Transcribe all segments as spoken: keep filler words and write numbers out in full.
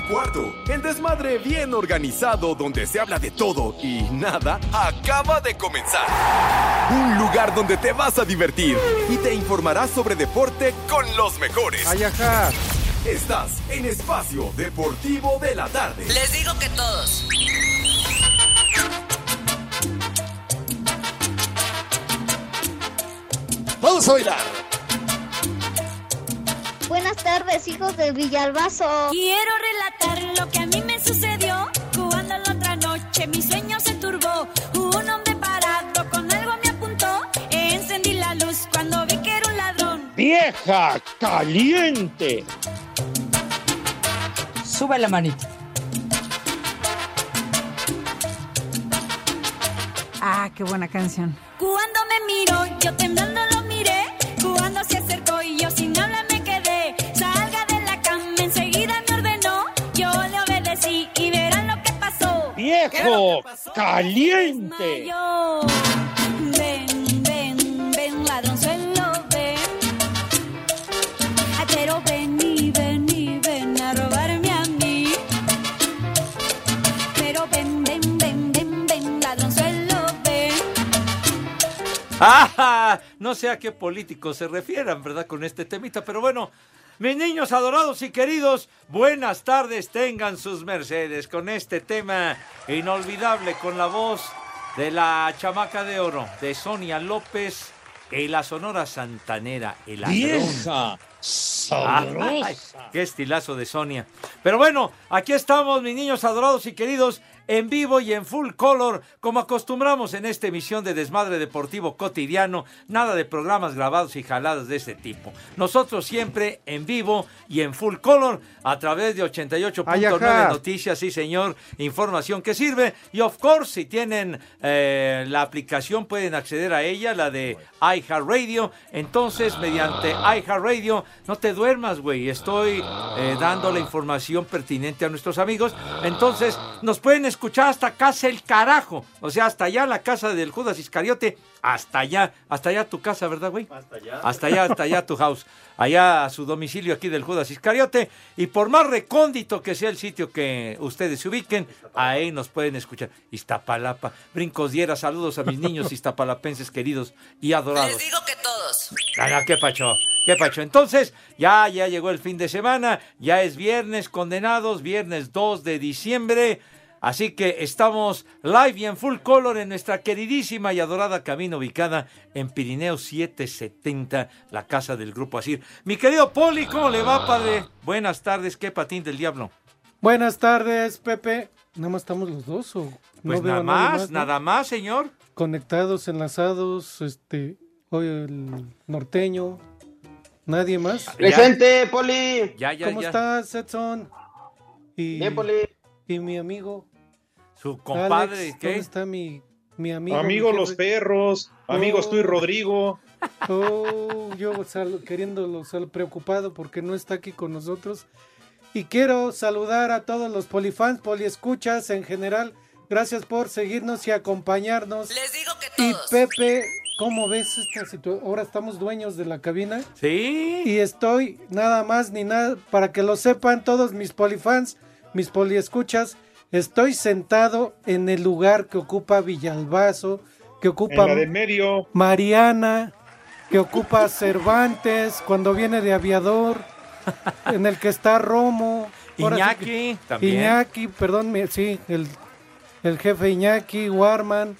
cuarto. El desmadre bien organizado donde se habla de todo y nada acaba de comenzar. Un lugar donde te vas a divertir y te informarás sobre deporte con los mejores. Ay, ajá. Estás en Espacio Deportivo de la Tarde. Les digo que todos. Vamos a bailar. Buenas tardes, hijos de Villalbazo. Quiero relatar lo que a mí me sucedió. Jugando la otra noche, mi sueño se turbó. Un hombre parado con algo me apuntó. Encendí la luz cuando vi que era un ladrón. ¡Vieja caliente! Sube la manita. Ah, qué buena canción. Cuando me miró, yo temblando lo miré. Cuando se acercó y yo sin hablar me quedé. Salga de la cama, enseguida me ordenó. Yo le obedecí y verán lo que pasó. ¡Viejo caliente! Desmayó. Ven, ven, ven, ladronzuelo, ven. Ay, pero ven y ven y ven a robarme a mí. Pero ven, ven, ven, ven, ven, ladronzuelo, ven. ¡Ah! No sé a qué políticos se refieran, ¿verdad? Con este temita, pero bueno, mis niños adorados y queridos, buenas tardes, tengan sus mercedes con este tema inolvidable, con la voz de la chamaca de oro, de Sonia López, y la Sonora Santanera, el ladrón. ¡Vieja sabrosa! Ay, ¡qué estilazo de Sonia! Pero bueno, aquí estamos, mis niños adorados y queridos, en vivo y en full color, como acostumbramos en esta emisión de Desmadre Deportivo Cotidiano, nada de programas grabados y jaladas de ese tipo. Nosotros siempre en vivo y en full color, a través de ochenta y ocho punto nueve Noticias, sí señor, información que sirve. Y of course, si tienen eh, la aplicación, pueden acceder a ella, la de iHeartRadio. Entonces, mediante iHeartRadio, no te duermas, güey, estoy eh, dando la información pertinente a nuestros amigos. Entonces, nos pueden escuchar hasta casa el carajo, o sea, hasta allá la casa del Judas Iscariote, hasta allá, hasta allá tu casa, ¿verdad, güey? Hasta allá. Hasta allá, hasta allá tu house, allá a su domicilio aquí del Judas Iscariote, y por más recóndito que sea el sitio que ustedes se ubiquen, ahí nos pueden escuchar. Iztapalapa, brincos diera, saludos a mis niños iztapalapenses queridos y adorados. Les digo que todos. Ah, no, qué pacho, qué pacho. Entonces, ya, ya llegó el fin de semana, ya es viernes, condenados, viernes dos de diciembre. Así que estamos live y en full color en nuestra queridísima y adorada cabina ubicada en Pirineo setecientos setenta, la casa del Grupo Asir. Mi querido Poli, ¿cómo le va, padre? Buenas tardes, ¿qué patín del diablo? Buenas tardes, Pepe. ¿Nada más estamos los dos o no? Pues veo nada más, más, ¿no? nada más, señor. Conectados, enlazados, este, hoy el norteño, nadie más. Presente, Poli. Ya, ya, ¿Cómo ya. estás, Edson? Y, Bien, Poli. Y mi amigo. Su compadre, Alex, ¿qué? ¿dónde está mi, mi amigo? Amigo mi los jefe? perros, amigos Oh. tú y Rodrigo. Oh, yo sal, queriéndolo, sal, preocupado porque no está aquí con nosotros. Y quiero saludar a todos los polifans, poliescuchas en general. Gracias por seguirnos y acompañarnos. Les digo que Y todos. Pepe, ¿cómo ves esta situación? Ahora estamos dueños de la cabina. Sí. Y estoy nada más ni nada, para que lo sepan todos mis polifans, mis poliescuchas, estoy sentado en el lugar que ocupa Villalbazo, que ocupa En la del medio. Mariana, que ocupa Cervantes cuando viene de aviador, en el que está Romo. Ahora sí Iñaki, que- también. Iñaki, perdón, mi- sí, el, el jefe Iñaki, Warman.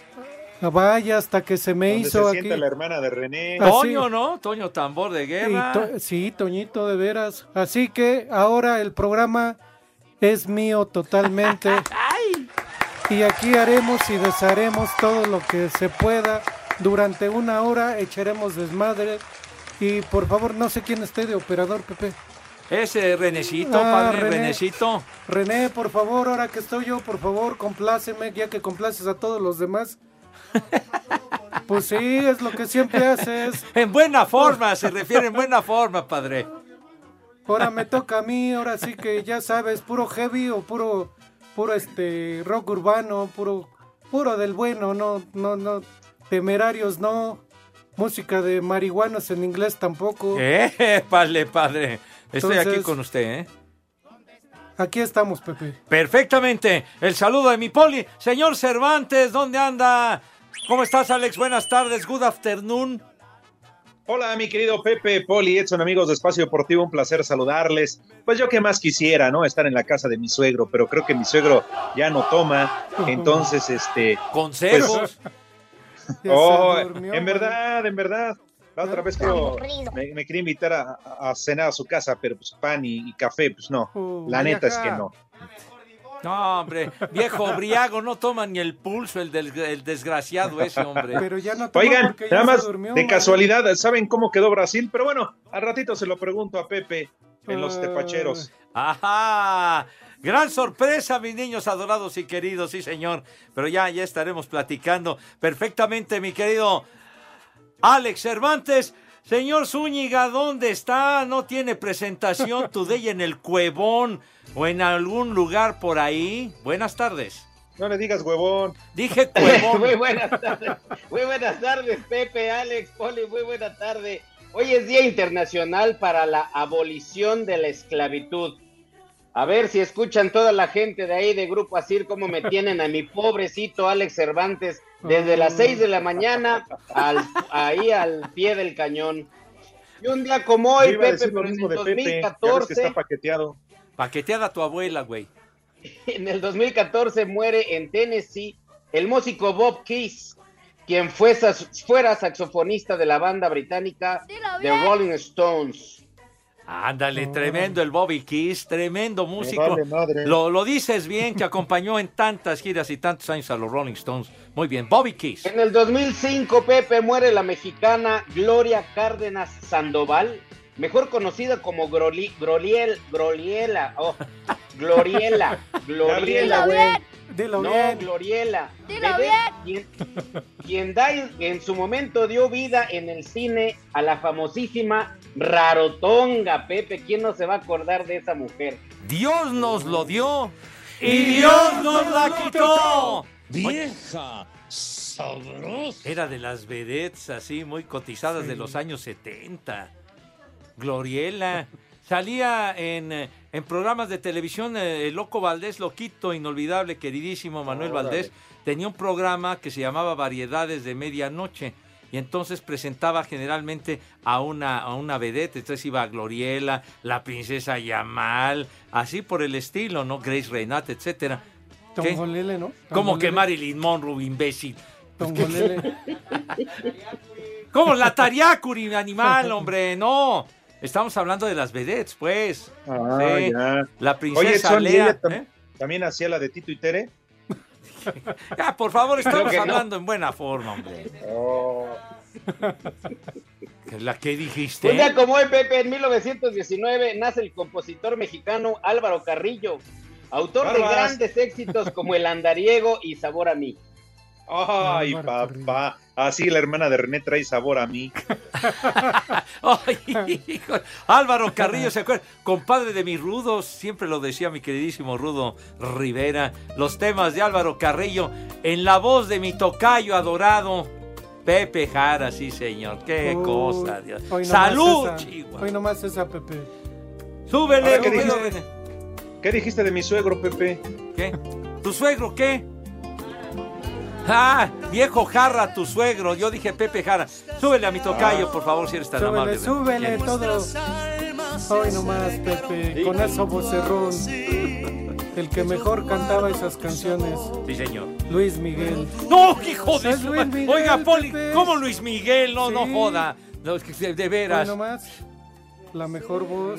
Vaya, hasta que se me Donde hizo se aquí. sienta la hermana de René. Ah, Toño, ¿no? Toño Tambor de Guerra. Y to- sí, Toñito, de veras. Así que ahora el programa es mío totalmente. Y aquí haremos y desharemos todo lo que se pueda. Durante una hora echaremos desmadre. Y por favor, no sé quién esté de operador, Pepe. Ese Renecito, Ah, padre, René. Renecito. René, por favor, ahora que estoy yo, por favor, compláceme, ya que complaces a todos los demás. Pues sí, es lo que siempre haces. En buena forma, se refiere en buena forma, padre. Ahora me toca a mí, ahora sí que ya sabes, puro heavy o puro, puro este rock urbano, puro, puro del bueno, no, no, no, temerarios no, música de marihuanos en inglés tampoco. Eh, vale, padre. Estoy Entonces- aquí con usted, ¿eh? Aquí estamos, Pepe. Perfectamente. El saludo de mi Poli. Señor Cervantes, ¿dónde anda? ¿Cómo estás, Alex? Buenas tardes. Good afternoon. Hola, mi querido Pepe, Poli, Edson, amigos de Espacio Deportivo, un placer saludarles. Pues yo qué más quisiera, ¿no? Estar en la casa de mi suegro, pero creo que mi suegro ya no toma, entonces, este... Consejos. Pues, oh, en verdad, en verdad. La otra vez que me, me quería invitar a, a cenar a su casa, pero pues pan y, y café, pues no. Uh, la neta es que no. No, hombre, viejo briago, no toma ni el pulso el, del, el desgraciado ese, hombre. Pero ya no toma. Oigan, porque ya nada más se durmió, de man. casualidad, ¿saben cómo quedó Brasil? Pero bueno, al ratito se lo pregunto a Pepe en los tepacheros. Ajá, gran sorpresa, mis niños adorados y queridos, sí señor. Pero ya, ya estaremos platicando perfectamente, mi querido Alex Cervantes. Señor Zúñiga, ¿dónde está? ¿No tiene presentación today en el Cuevón o en algún lugar por ahí? Buenas tardes. No le digas huevón. Dije Cuevón. Muy buenas tardes. Muy buenas tardes, Pepe, Alex, Poli, muy buena tarde. Hoy es Día Internacional para la Abolición de la Esclavitud. A ver si escuchan toda la gente de ahí de Grupo Asir cómo me tienen a mi pobrecito Alex Cervantes desde las seis de la mañana al, ahí al pie del cañón. Y un día como hoy, Pepe, pero en el dos mil catorce... Que está paqueteado. Paqueteada tu abuela, güey. En el dos mil catorce muere en Tennessee el músico Bob Keys, quien fue, fuera saxofonista de la banda británica The Rolling Stones. Ándale, tremendo el Bobby Keys, tremendo músico. Lo, lo dices bien, que acompañó en tantas giras y tantos años a los Rolling Stones. Muy bien, Bobby Keys. En el dos mil cinco, Pepe, muere la mexicana Gloria Cárdenas Sandoval, mejor conocida como Groli, Groliel, Groliela, oh, Gloriela, Gloriela, güey. Dilo no, bien. Gloriela. Dilo Bebé, bien. Quien, quien da en su momento dio vida en el cine a la famosísima Rarotonga, Pepe. ¿Quién no se va a acordar de esa mujer? Dios nos lo dio y Dios nos la quitó. Vieja sabrosa. Era de las vedettes así muy cotizadas sí. de los años setenta. Gloriela. Salía en, en programas de televisión, eh, el Loco Valdés, Loquito, inolvidable, queridísimo Manuel Órale. Valdés, tenía un programa que se llamaba Variedades de Medianoche, y entonces presentaba generalmente a una, a una vedette, entonces iba Gloriela, la princesa Yamal, así por el estilo, ¿no? Grace Renat, etcétera. Tongolele, ¿no? Como Tongolele. que Marilyn Monroe, imbécil. Tongolele. ¿Cómo? La Tariacuri, animal, hombre, no. Estamos hablando de las vedettes, pues. Ah, sí. ya. La princesa Oye, Son, Lea. ella tam- ¿eh? también hacía la de Tito y Tere. Ya, por favor, estamos que no. hablando en buena forma, hombre. Oh. ¿La que Un dijiste? día como hoy, Pepe, en mil novecientos diecinueve, nace el compositor mexicano Álvaro Carrillo, autor de Barbas. grandes éxitos como El Andariego y Sabor a mí. Ay, papá. Así la hermana de René trae sabor a mí. Ay, hijo. Álvaro Carrillo, ¿se acuerda? Compadre de mis rudos, siempre lo decía mi queridísimo Rudo Rivera. Los temas de Álvaro Carrillo en la voz de mi tocayo adorado, Pepe Jara, sí señor. Qué Uy, cosa, Dios. hoy nomás ¡Salud, esa, Chihuahua! Hoy nomás esa, Pepe. Súbele, Ahora, ¿qué querido dijiste? René. ¿Qué dijiste de mi suegro, Pepe? ¿Qué? ¿Tu suegro qué? Ah, viejo Jarra, tu suegro. Yo dije Pepe Jara. Súbele a mi tocayo, por favor, si eres tan Súbele, amable. súbele Bien. todo. Hoy nomás, Pepe, con eso vocerrón. El que mejor cantaba esas canciones, Sí, señor. Luis Miguel. ¡No, hijo de Es su Luis madre! Miguel, Oiga, Poli, Pepe. ¿cómo Luis Miguel? No, no Sí. joda. No, es que de Hoy veras. nomás, la mejor voz.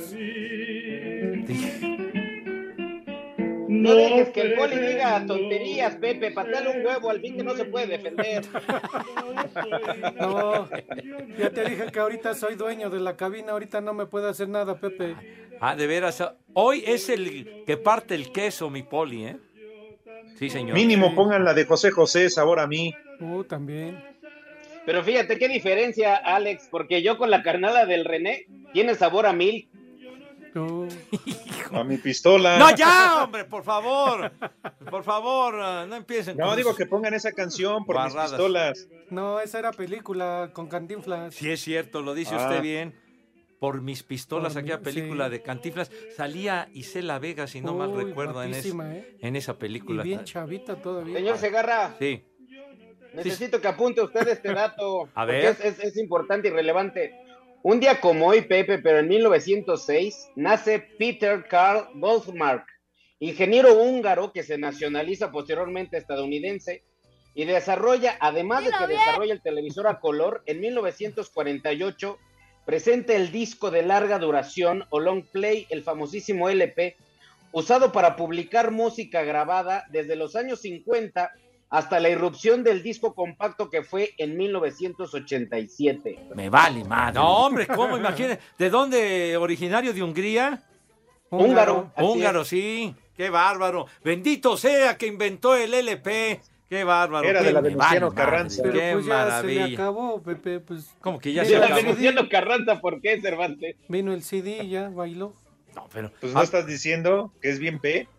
No dejes que el Poli diga tonterías, Pepe, pateale un huevo al fin que no se puede defender. No, ya te dije que ahorita soy dueño de la cabina, ahorita no me puede hacer nada, Pepe. Ah, de veras. Hoy es el que parte el queso, mi Poli, ¿eh? Sí, señor. Mínimo Sí. pongan la de José José, sabor a mí. Uh, también. Pero fíjate qué diferencia, Alex, porque yo con la carnala del René tiene sabor a mil. Uh, A mi pistola. No, ya, hombre, por favor. Por favor, uh, no empiecen No, con digo sus- que pongan esa canción por Barradas. mis pistolas. no, esa era película con Cantinflas. Sí, es cierto, lo dice Ah. usted bien. por mis pistolas, Por aquella mí, película sí. de Cantinflas, salía Isela Vega, si no mal Uy, recuerdo, en, es- guapísima, ¿eh? en esa película. Y bien chavita todavía. Señor Segarra, Sí. necesito que apunte usted este dato. A porque ver. Es, es- es importante y relevante. Un día como hoy, Pepe, pero en mil novecientos seis, nace Peter Carl Goldmark, ingeniero húngaro que se nacionaliza posteriormente estadounidense y desarrolla, además de que desarrolla el televisor a color, en mil novecientos cuarenta y ocho presenta el disco de larga duración o long play, el famosísimo L P, usado para publicar música grabada desde los años cincuenta hasta la irrupción del disco compacto que fue en mil novecientos ochenta y siete. Me vale madre. No, hombre, ¿cómo? Imagínate. ¿De dónde? ¿Originario de Hungría? Húngaro. así Húngaro, es. sí. Qué bárbaro. Bendito sea que inventó el L P. Qué bárbaro. Era Qué de la me Venustiano vale madre. Carranza. Pero Qué pues ya se le maravilla. acabó, Pepe, pues ¿Cómo que ya De se De la acabó. acabó? Venustiano Carranza, ¿por qué, Cervantes? vino el C D y ya bailó. No, pero... Pues no estás diciendo que es bien P.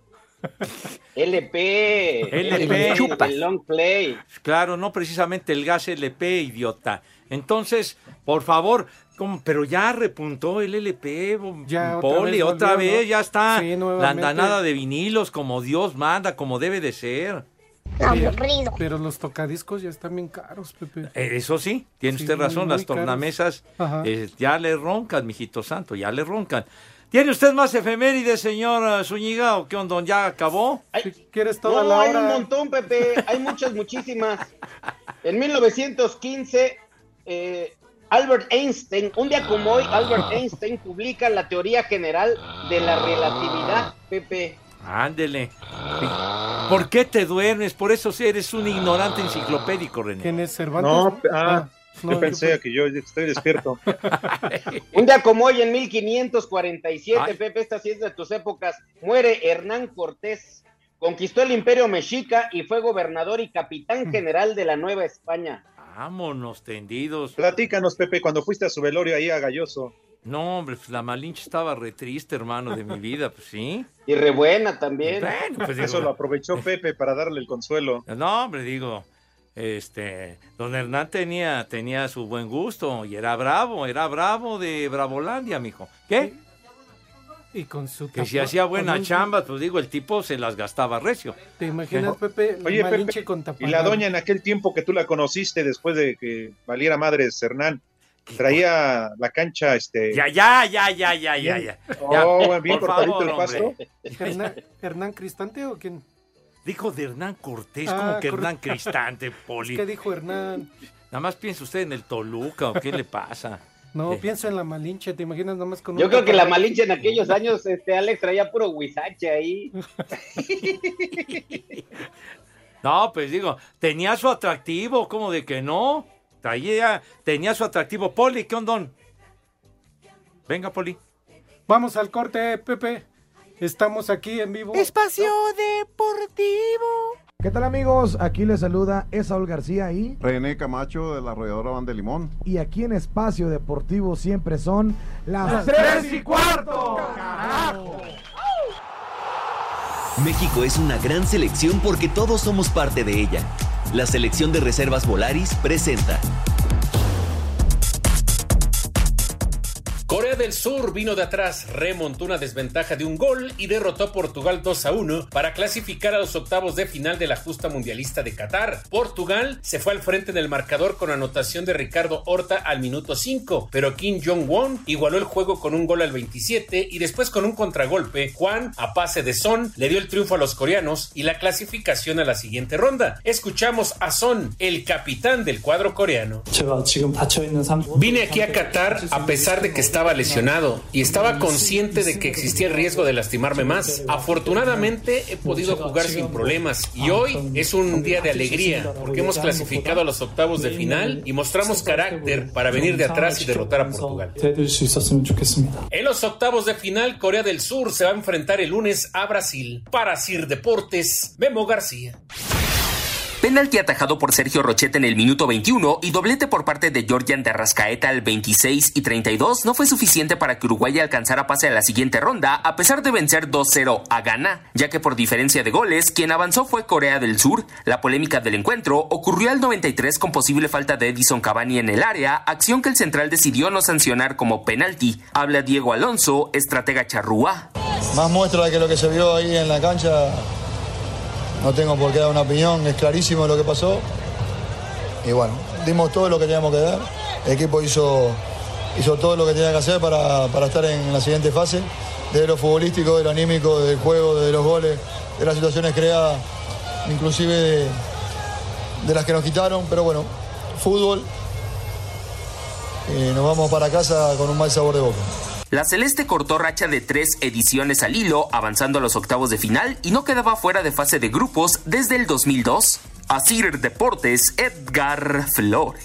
L P. L P. El, el long play. Claro, no precisamente el gas L P, idiota. Entonces, por favor, ¿cómo? Pero ya repuntó el L P, Ya, otra Poli, vez otra volvió, vez, ¿no? ya está. Sí, la nuevamente. andanada de vinilos, como Dios manda, como debe de ser. Aburrido. Pero los tocadiscos ya están bien caros, Pepe. Eh, Eso sí, tiene Sí, usted muy, razón, muy las caros. tornamesas Ajá. eh, ya le roncan, mijito santo, ya le roncan. ¿Tiene usted más efemérides, señor eh, Zúñiga, o qué onda? ¿Ya acabó? Si quieres toda No, la hay un hora. montón, Pepe. Hay muchas, muchísimas. En mil novecientos quince, eh, Albert Einstein, un día como hoy, Albert Einstein publica la teoría general de la relatividad, Pepe. Ándele. ¿Por qué te duermes? Por eso sí eres un ignorante enciclopédico, René. ¿Quién es Cervantes? No, ah, no, yo pensé yo- que yo estoy despierto. Un día como hoy, en mil quinientos cuarenta y siete, Ay. Pepe, esta sí es de tus épocas, muere Hernán Cortés. Conquistó el imperio mexica y fue gobernador y capitán general de la Nueva España. Vámonos tendidos. Platícanos, Pepe, cuando fuiste a su velorio ahí a Galloso. No, hombre, pues la Malinche estaba re triste, hermano, de mi vida, pues sí. Y re buena también. Bueno, pues Eso lo digo, aprovechó Pepe para darle el consuelo. no, hombre, digo, este, don Hernán tenía, tenía su buen gusto y era bravo, era bravo de Bravolandia, mijo. ¿Qué? Y con su Que si tapa- hacía con buena un- chamba, pues digo, el tipo se las gastaba recio. ¿Te imaginas, ¿Qué? Pepe? Oye, La Malinche Pepe, con y taparrabos. la doña en aquel tiempo que tú la conociste después de que valiera madres Hernán, traía la cancha, este... Ya, ya, ya, ya, ya, ya, ya. Ya, Oh, bueno, bien por cortadito favor, el pasto. hombre. ¿Hernán, ¿Hernán Cristante o quién? Dijo de Hernán Cortés, Ah, como que cor- Hernán Cristante, Poli. ¿Qué dijo Hernán? Nada más piensa usted en el Toluca, ¿o qué le pasa? No, Sí. pienso en la Malinche, ¿te imaginas nada más con un Yo creo que la taparrabos? Malinche en aquellos años, este, Alex, traía puro huizache ahí. No, pues digo, tenía su atractivo, ¿cómo de que no? Traía, tenía su atractivo. Poli, ¿qué ondón? Venga, Poli. Vamos al corte, Pepe. Estamos aquí en vivo. Espacio Deportivo. ¿Qué tal, amigos? Aquí les saluda Esaúl García y René Camacho de la Arrolladora Van de Limón. y aquí en Espacio Deportivo siempre son las, Las tres tres y cuarto. ¡Carajo! México es una gran selección porque todos somos parte de ella. La selección de reservas Volaris presenta. Corea del Sur vino de atrás, remontó una desventaja de un gol y derrotó a Portugal dos a uno para clasificar a los octavos de final de la justa mundialista de Qatar. Portugal se fue al frente en el marcador con anotación de Ricardo Horta al minuto cinco, pero Kim Jong-won igualó el juego con un gol al veintisiete y después con un contragolpe, Juan, a pase de Son, le dio el triunfo a los coreanos y la clasificación a la siguiente ronda. Escuchamos a Son, el capitán del cuadro coreano. Vine aquí a Qatar a pesar de que estaba lesionado y estaba consciente de que existía el riesgo de lastimarme más. Afortunadamente he podido jugar sin problemas y hoy es un día de alegría porque hemos clasificado a los octavos de final y mostramos carácter para venir de atrás y derrotar a Portugal. En los octavos de final, Corea del Sur se va a enfrentar el lunes a Brasil. Para Sir Deportes, Memo García. Penalti atajado por Sergio Rochet en el minuto veintiuno y doblete por parte de Georgian de Arrascaeta al veintiséis y treinta y dos no fue suficiente para que Uruguay alcanzara pase a la siguiente ronda a pesar de vencer dos cero a Ghana, ya que por diferencia de goles, quien avanzó fue Corea del Sur. La polémica del encuentro ocurrió al noventa y tres con posible falta de Edison Cavani en el área, acción que el central decidió no sancionar como penalti. Habla Diego Alonso, estratega charrúa. Más muestra que lo que se vio ahí en la cancha. No tengo por qué dar una opinión, es clarísimo lo que pasó. Y bueno, dimos todo lo que teníamos que dar. El equipo hizo, hizo todo lo que tenía que hacer para, para estar en la siguiente fase. Desde lo futbolístico, de lo anímico, del juego, de los goles, de las situaciones creadas, inclusive de, de las que nos quitaron. Pero bueno, fútbol. Y nos vamos para casa con un mal sabor de boca. La Celeste cortó racha de tres ediciones al hilo, avanzando a los octavos de final y no quedaba fuera de fase de grupos desde el dos mil dos. Asir Deportes, Edgar Flores.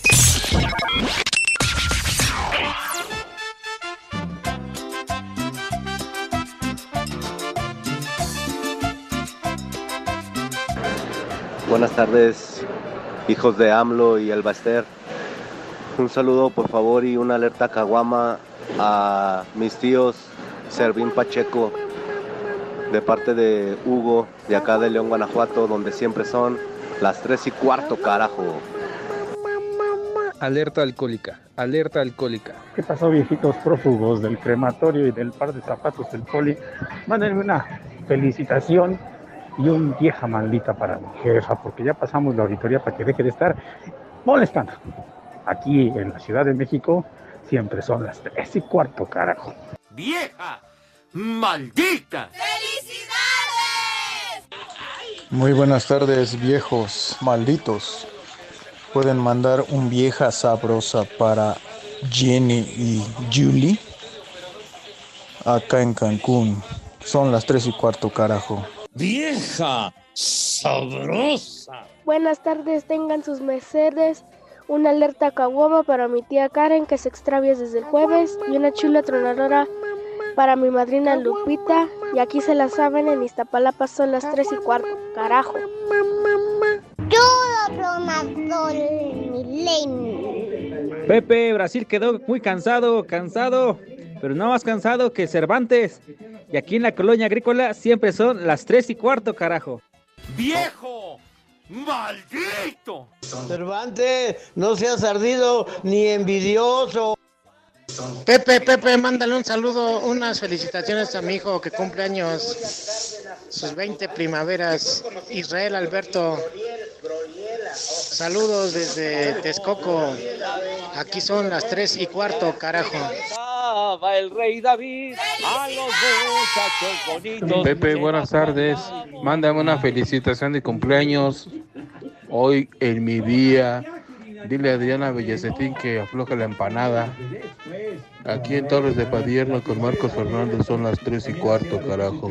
Buenas tardes, hijos de AMLO y el Baster. Un saludo por favor y una alerta caguama a mis tíos Servín Pacheco de parte de Hugo de acá de León, Guanajuato, donde siempre son las tres y cuarto, carajo. Alerta alcohólica, alerta alcohólica. ¿Qué pasó, viejitos prófugos del crematorio y del par de zapatos del Poli? Mándenme una felicitación y un vieja maldita para mi jefa, porque ya pasamos la auditoría para que deje de estar molestando. Aquí en la Ciudad de México siempre son las tres y cuarto, carajo. ¡Vieja maldita! ¡Felicidades! Muy buenas tardes, viejos malditos. Pueden mandar un vieja sabrosa para Jenny y Julie acá en Cancún. Son las tres y cuarto, carajo. ¡Vieja sabrosa! Buenas tardes, tengan sus mercedes. Una alerta caguama para mi tía Karen, que se extravia desde el jueves, y una chula tronadora para mi madrina Lupita. Y aquí se la saben, en Iztapalapa son las tres y cuarto, carajo. Chula tronadora, milenio. Pepe, Brasil quedó muy cansado, cansado, pero no más cansado que Cervantes. Y aquí en la colonia agrícola siempre son las tres y cuarto, carajo. ¡Viejo maldito! Cervantes, no seas ardido ni envidioso. Pepe, Pepe, mándale un saludo, unas felicitaciones a mi hijo que cumple años, sus veinte primaveras, Israel Alberto. Saludos desde Texcoco. Aquí son las tres y cuarto, carajo. Va el rey David a los muchachos bonitos. Pepe, buenas tardes. Mándame una felicitación de cumpleaños. Hoy en mi día. Dile a Adriana Bellacetín que afloje la empanada. Aquí en Torres de Padierno con Marcos Fernández son las tres y cuarto, carajo.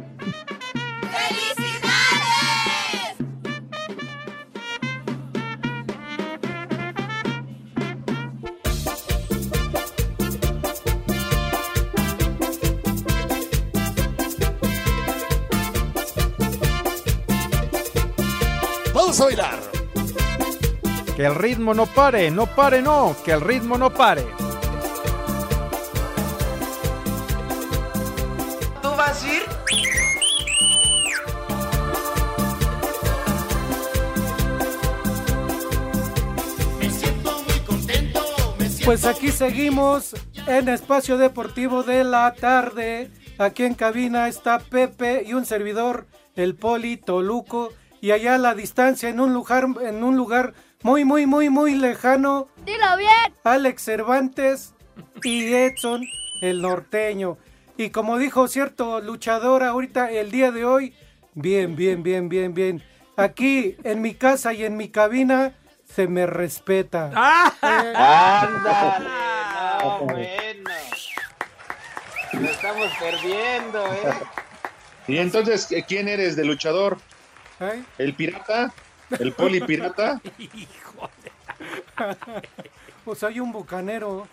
Vamos a bailar. Que el ritmo no pare, no pare, no, que el ritmo no pare. ¿Tú vas a ir? Me siento muy contento. Me siento pues aquí seguimos en Espacio Deportivo de la Tarde. Aquí en cabina está Pepe y un servidor, el Poli Toluco. Y allá a la distancia, en un lugar, en un lugar muy, muy, muy, muy lejano. ¡Dilo bien! Alex Cervantes y Edson, el norteño. Y como dijo cierto luchador ahorita, el día de hoy, bien, bien, bien, bien, bien. Aquí, en mi casa y en mi cabina, se me respeta. ¡Ah! Eh. ¡Ándale! No, bueno. Lo estamos perdiendo, ¿eh? Y entonces, ¿quién eres de luchador? ¿Eh? ¿El pirata? ¿El Poli pirata? Híjole. Pues soy un bucanero.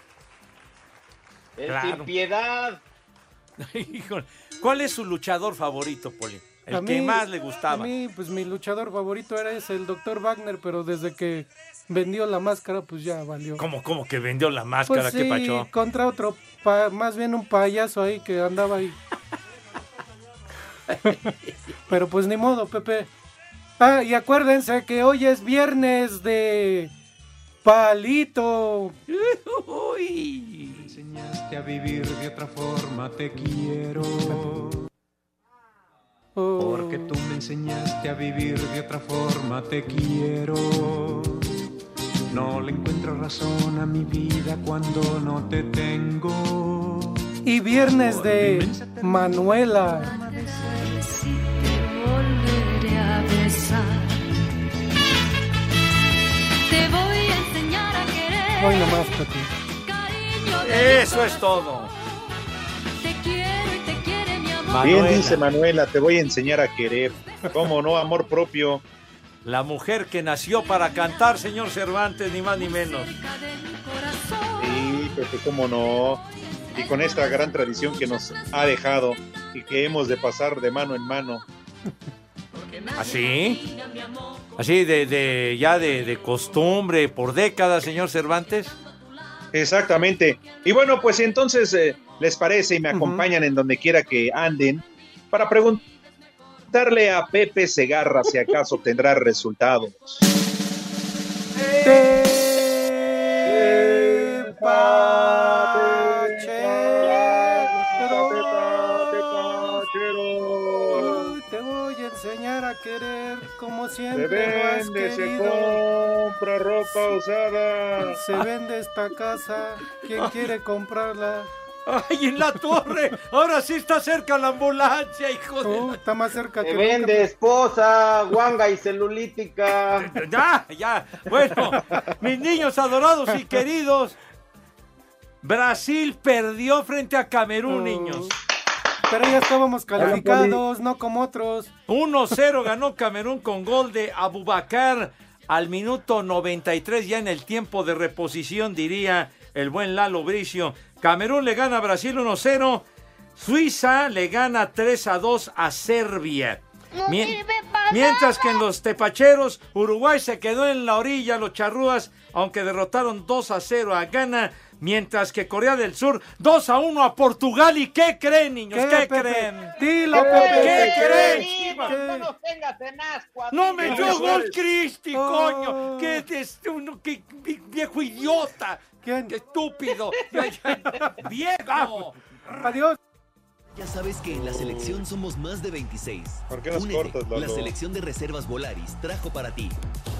El claro. Sin piedad. Híjole. ¿Cuál es su luchador favorito, Poli? El A que mí- más le gustaba. A mí, pues mi luchador favorito era ese, el doctor Wagner, pero desde que vendió la máscara, pues ya valió. ¿Cómo, cómo que vendió la máscara? Pues ¿Qué sí, pacho? contra otro, pa- más bien un payaso ahí que andaba ahí. Pero pues ni modo, Pepe. Ah, y acuérdense que hoy es viernes de Palito. Uy. Me enseñaste a vivir de otra forma, te quiero. Porque tú me enseñaste a vivir de otra forma, te quiero. No le encuentro razón a mi vida cuando no te tengo. Y viernes de Manuela. Volveré a besar. Te voy a enseñar a querer. Hoy nomás, Pepe. Eso es todo. Te quiero y te quiere mi amor. Bien Manuela. dice Manuela, te voy a enseñar a querer. ¿Cómo no? Amor propio. La mujer que nació para cantar, señor Cervantes, ni más ni menos. Sí, Pepe, cómo no. Y con esta gran tradición que nos ha dejado y que hemos de pasar de mano en mano. ¿Así? Así de, de ya de, de costumbre, por décadas, señor Cervantes. Exactamente. Y bueno, pues entonces, eh, ¿les parece y me acompañan en donde quiera que anden para preguntarle a Pepe Segarra si acaso tendrá resultados? Te voy a enseñar a querer como Se siempre lo has vende, se querido. compra ropa usada. Se vende esta casa. ¿Quién quiere comprarla? ¡Ay, en la torre! Ahora sí está cerca la ambulancia, hijo de... Oh, está más cerca Se que vende nunca. esposa, guanga y celulítica. Ya, ya. Bueno, mis niños adorados y queridos, Brasil perdió frente a Camerún, Oh. niños. Pero ya estábamos calificados, no como otros. uno cero ganó Camerún con gol de Abubakar al minuto noventa y tres, ya en el tiempo de reposición, diría el buen Lalo Bricio. Camerún le gana a Brasil uno cero. Suiza le gana tres a dos a Serbia. Mien- Mientras que en los tepacheros, Uruguay se quedó en la orilla, los charrúas, aunque derrotaron dos a cero a Ghana. Mientras que Corea del Sur, dos a uno a Portugal. ¿Y qué creen, niños? ¿Qué, ¿Qué, Pepe? creen? Dilo, ¿Qué, Pepe. ¿Qué creen? Sí, no nos tengas en ascuas. No me Sí, dio Luis gol Suárez. Cristi, Oh. coño. Qué, des- uno, qué vi- viejo idiota. ¿Quién? Qué estúpido. Ya, ya. Viejo. Adiós. Ya sabes que en la selección somos más de veintiséis. ¿Por qué nos Únete. cortas, Lalo? La selección de reservas Volaris trajo para ti.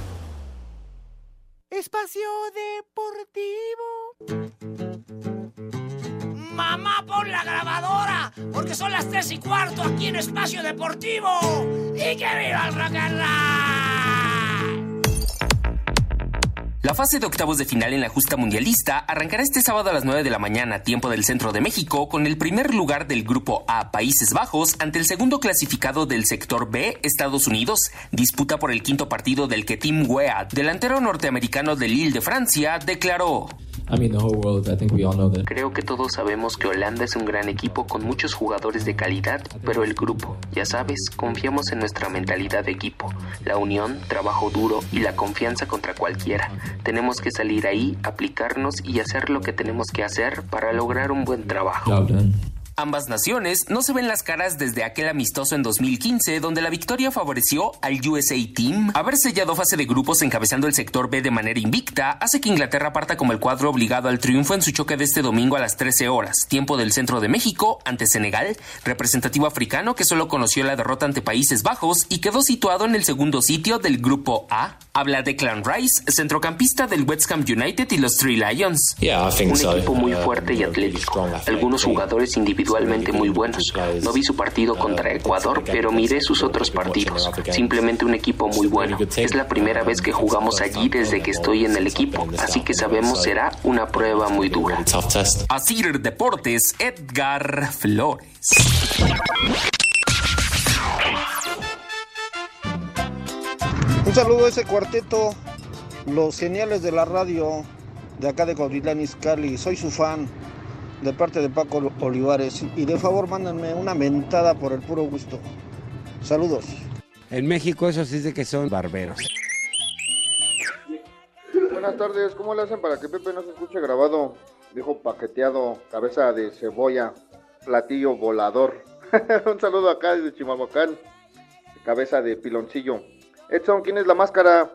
Espacio Deportivo. Mamá, pon la grabadora, porque son las tres y cuarto aquí en Espacio Deportivo. ¡Y que viva el rock and roll! La fase de octavos de final en la justa mundialista arrancará este sábado a las nueve de la mañana, tiempo del centro de México, con el primer lugar del grupo A, Países Bajos, ante el segundo clasificado del sector B, Estados Unidos. Disputa por el quinto partido del que Tim Weah, delantero norteamericano del Lille de Francia, declaró: Creo que todos sabemos que Holanda es un gran equipo con muchos jugadores de calidad, pero el grupo, ya sabes, confiamos en nuestra mentalidad de equipo, la unión, trabajo duro y la confianza contra cualquiera. Tenemos que salir ahí, aplicarnos y hacer lo que tenemos que hacer para lograr un buen trabajo. Ambas naciones no se ven las caras desde aquel amistoso en dos mil quince, donde la victoria favoreció al U S A Team. Haber sellado fase de grupos encabezando el sector B de manera invicta hace que Inglaterra parta como el cuadro obligado al triunfo en su choque de este domingo a las trece horas, tiempo del centro de México, ante Senegal, representativo africano que solo conoció la derrota ante Países Bajos y quedó situado en el segundo sitio del grupo A. Habla Declan Rice, centrocampista del West Ham United y los Three Lions. Un equipo muy fuerte y atlético, algunos jugadores individuales individualmente muy buenos. No vi su partido contra Ecuador, pero miré sus otros partidos. Simplemente un equipo muy bueno. Es la primera vez que jugamos allí desde que estoy en el equipo, así que sabemos será una prueba muy dura. Asir Deportes, Edgar Flores. Un saludo a ese cuarteto, los geniales de la radio de acá de Cuautitlán Izcalli. Soy su fan, de parte de Paco Olivares, y de favor mándenme una mentada por el puro gusto. Saludos. En México eso sí es de que son barberos. Buenas tardes, ¿cómo le hacen para que Pepe no se escuche grabado? Dijo paqueteado, cabeza de cebolla, platillo volador. Un saludo acá desde Chimalhuacán, cabeza de piloncillo. Edson, ¿quién es la máscara?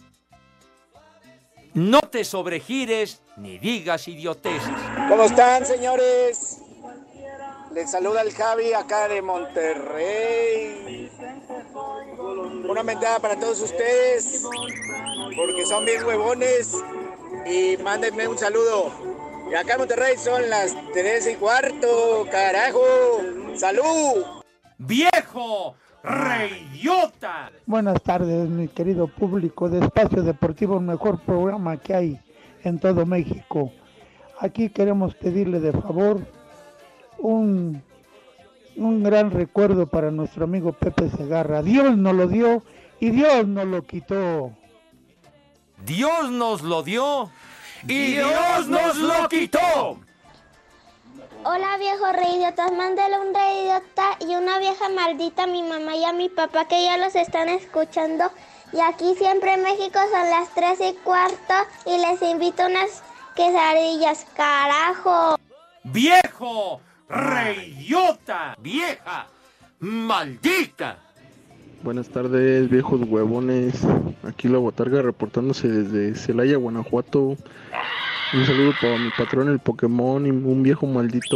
No te sobregires ni digas idioteces. ¿Cómo están, señores? Les saluda el Javi acá de Monterrey. Una mentada para todos ustedes, porque son bien huevones. Y mándenme un saludo. Y acá en Monterrey son las tres y cuarto, carajo. ¡Salud! ¡Viejo! ¡Reidiota! Buenas tardes, mi querido público de Espacio Deportivo, el mejor programa que hay en todo México. Aquí queremos pedirle de favor un, un gran recuerdo para nuestro amigo Pepe Segarra. Dios nos lo dio y Dios nos lo quitó. Dios nos lo dio y Dios nos lo quitó. Hola viejo reidiotas, mándale un reidiota y una vieja maldita a mi mamá y a mi papá que ya los están escuchando. Y aquí siempre en México son las tres y cuarto y les invito unas quesadillas, carajo. ¡Viejo! ¡Reidiota! ¡Vieja! ¡Maldita! Buenas tardes, viejos huevones. Aquí la botarga reportándose desde Celaya, Guanajuato. Un saludo para mi patrón el Pokémon y un viejo maldito.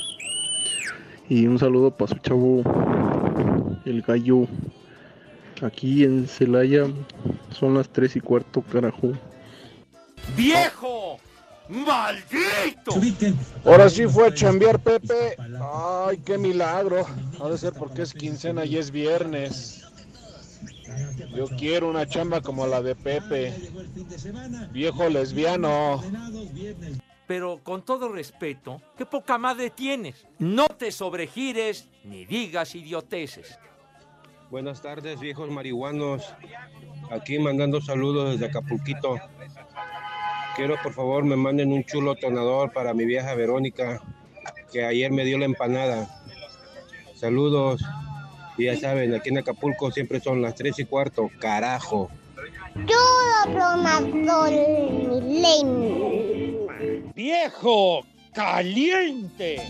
Y un saludo para su chavo el gallo. Aquí en Celaya son las tres y cuarto, carajo. ¡Viejo! ¡Maldito! Ahora sí fue a chambear Pepe. Ay, qué milagro. Ha de ser porque es quincena y es viernes. Yo quiero una chamba como la de Pepe. Viejo lesbiano. Pero con todo respeto, qué poca madre tienes. No te sobregires ni digas idioteces. Buenas tardes, viejos marihuanos. Aquí mandando saludos desde Acapulquito. Quiero, por favor, me manden un chulo tonador para mi vieja Verónica, que ayer me dio la empanada. Saludos. Y ya saben, aquí en Acapulco siempre son las tres y cuarto, carajo. Chulo tronador milenio. ¡Viejo caliente!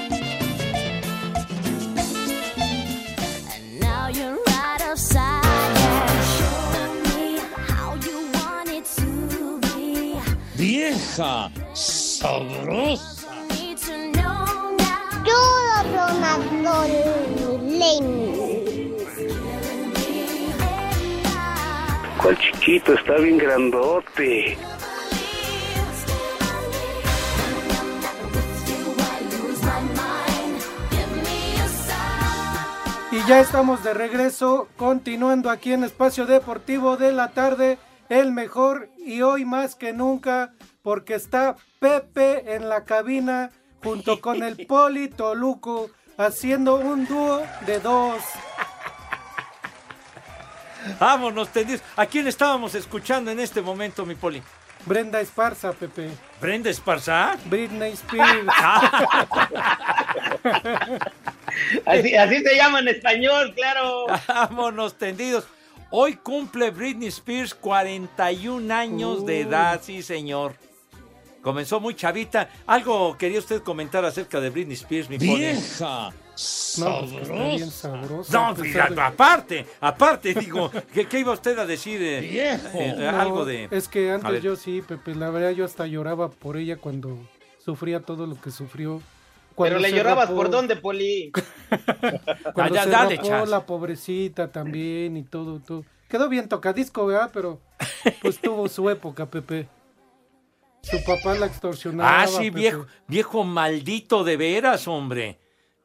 Now you're right outside. Show me how you want it to be. ¡Vieja sabrosa! Need to know now. Chulo tronador milenio. ¿Cuál chiquito? Está bien grandote. Y ya estamos de regreso, continuando aquí en Espacio Deportivo de la Tarde, el mejor y hoy más que nunca, porque está Pepe en la cabina junto con el Poli Toluco, haciendo un dúo de dos. Vámonos tendidos. ¿A quién estábamos escuchando en este momento, mi Poli? Brenda Esparza, Pepe. ¿Brenda Esparza? Britney Spears. así, así se llama en español, claro. Vámonos tendidos. Hoy cumple Britney Spears cuarenta y un años uh. de edad, sí señor. Comenzó muy chavita. ¿Algo quería usted comentar acerca de Britney Spears, mi Poli? ¡Vieja! Sabrosa. No, no fíjate, aparte, aparte, digo, ¿qué, qué iba usted a decir? Eh, Viejo. Eh, no, algo de... Es que antes yo sí, Pepe, la verdad yo hasta lloraba por ella cuando sufría todo lo que sufrió. Pero le llorabas rapó, por dónde, Poli. Cuando ah, ya, se dale, rapó la pobrecita también y todo, todo. Quedó bien tocadisco, ¿verdad? Pero pues tuvo su época, Pepe. Su papá la extorsionaba. Ah, sí, Pepe. viejo, viejo maldito de veras, hombre.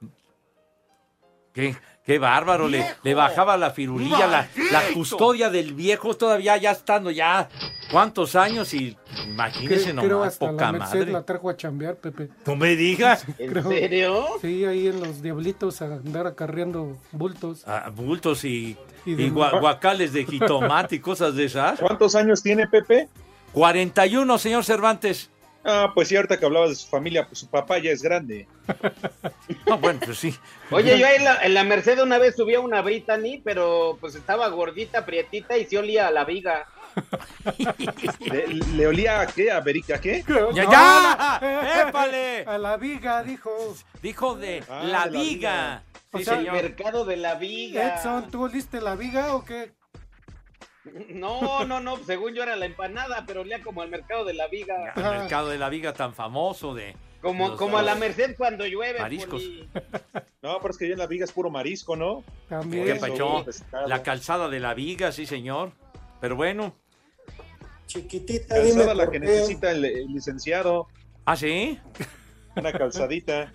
Qué, qué bárbaro, le, le bajaba la firulilla, la, la custodia del viejo todavía ya estando ya cuántos años y imagínese nomás, creo hasta poca la Merced madre. La trajo a chambear, Pepe. ¿Tú me digas? ¿En creo, serio? Sí, ahí en los diablitos a andar acarreando bultos. Ah, bultos y, y, y gua, guacales de jitomate y cosas de esas. ¿Cuántos años tiene Pepe? cuarenta y uno, señor Cervantes. Ah, pues sí, ahorita que hablabas de su familia, pues su papá ya es grande. No, bueno, pues sí. Oye, yo en la, en la Merced una vez subí a una Brittany, pero pues estaba gordita, prietita y se olía a la viga. ¿Le, le olía a qué? ¿A Berica? ¿A qué? ¡Ya, ya! ¡Épale! A la viga, dijo. Dijo de Ah, la de la viga. viga. Sí, O sea, El señor. mercado de la viga. Edson, ¿tú oliste la viga o qué? No, no, no, según yo era la empanada, pero olía como al mercado de la viga. El mercado de la viga tan famoso de... Como, los- como a la Merced cuando llueve. Mariscos. Poli. No, pero es que ya en la viga es puro marisco, ¿no? También. ¿Qué Eso, pachó? pescado. La calzada de la viga, sí, señor. Pero bueno. Chiquitita, Calzada la por que qué. necesita el, el licenciado. ¿Ah, sí? Una calzadita.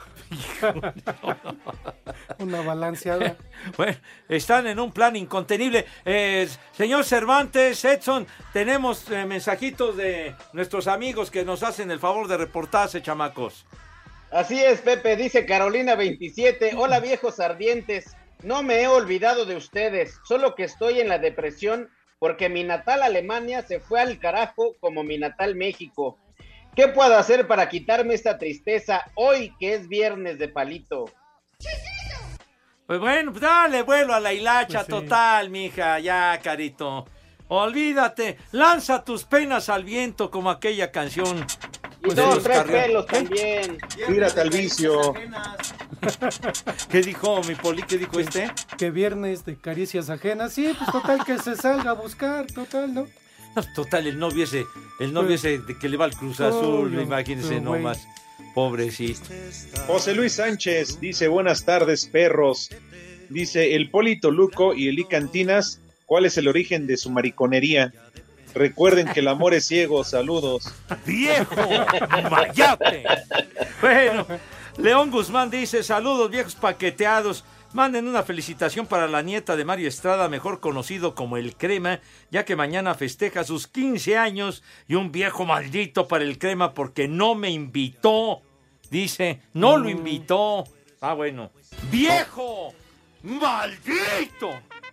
Una balanceada. Bueno, están en un plan incontenible. Eh, señor Cervantes, Edson, tenemos eh, mensajitos de nuestros amigos que nos hacen el favor de reportarse, chamacos. Así es, Pepe, dice Carolina veintisiete. Hola, viejos ardientes. No me he olvidado de ustedes, solo que estoy en la depresión porque mi natal Alemania se fue al carajo como mi natal México. ¿Qué puedo hacer para quitarme esta tristeza hoy que es viernes de palito? Pues bueno, pues dale vuelo a la hilacha Pues sí. total, mija, ya, carito. Olvídate, lanza tus penas al viento como aquella canción. Y de dos, los tres Carrión. pelos también. Tírate al vicio. ¿Qué dijo mi poli? ¿Qué dijo este? Que viernes de caricias ajenas. Sí, pues total que se salga a buscar, total, ¿no? No, total, el novio ese, el novio ese de que le va al Cruz Oh, Azul, no, imagínense no, güey. nomás. Pobrecito. José Luis Sánchez dice, buenas tardes, perros. Dice, el Poli Toluco y Eli Cantinas, ¿cuál es el origen de su mariconería? Recuerden que el amor es ciego, saludos. ¡Viejo! ¡Mayate! Bueno, León Guzmán dice, saludos viejos paqueteados. Manden una felicitación para la nieta de Mario Estrada, mejor conocido como el Crema, ya que mañana festeja sus quince años y un viejo maldito para el Crema porque no me invitó. Dice, no lo invitó. Ah, bueno. ¡Viejo! ¡Maldito!